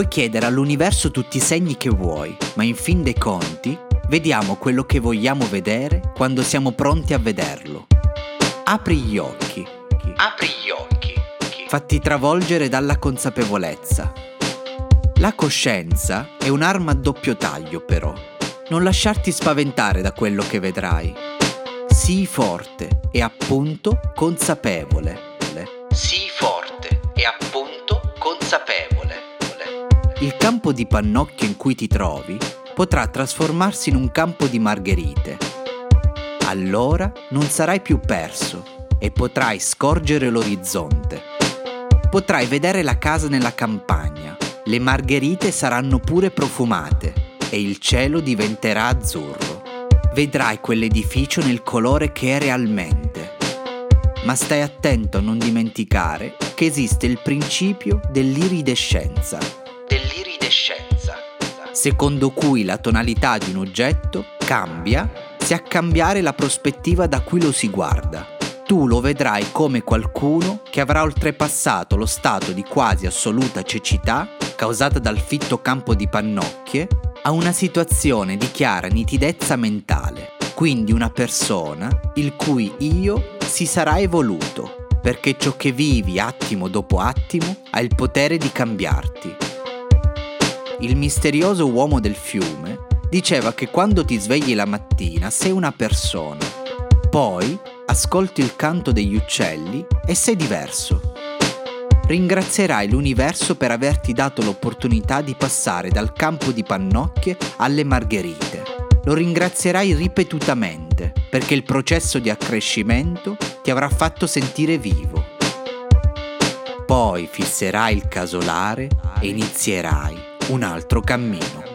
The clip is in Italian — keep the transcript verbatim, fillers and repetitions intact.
Puoi chiedere all'universo tutti i segni che vuoi, ma in fin dei conti vediamo quello che vogliamo vedere quando siamo pronti a vederlo. Apri gli occhi. Apri gli occhi. Fatti travolgere dalla consapevolezza. La coscienza è un'arma a doppio taglio, però. Non lasciarti spaventare da quello che vedrai. Sii forte e appunto consapevole. Sii forte e appunto consapevole. Il campo di pannocchio in cui ti trovi potrà trasformarsi in un campo di margherite. Allora non sarai più perso e potrai scorgere l'orizzonte. Potrai vedere la casa nella campagna, le margherite saranno pure profumate e il cielo diventerà azzurro. Vedrai quell'edificio nel colore che è realmente. Ma stai attento a non dimenticare che esiste il principio dell'iridescenza. Dell'iridescenza. Secondo cui la tonalità di un oggetto cambia se a cambiare la prospettiva da cui lo si guarda. Tu lo vedrai come qualcuno che avrà oltrepassato lo stato di quasi assoluta cecità causata dal fitto campo di pannocchie a una situazione di chiara nitidezza mentale, quindi una persona il cui io si sarà evoluto, perché ciò che vivi attimo dopo attimo ha il potere di cambiarti. Il misterioso uomo del fiume diceva che quando ti svegli la mattina sei una persona, poi ascolti il canto degli uccelli e sei diverso. Ringrazierai l'universo per averti dato l'opportunità di passare dal campo di pannocchie alle margherite. Lo ringrazierai ripetutamente perché il processo di accrescimento ti avrà fatto sentire vivo. Poi fisserai il casolare e inizierai un altro cammino.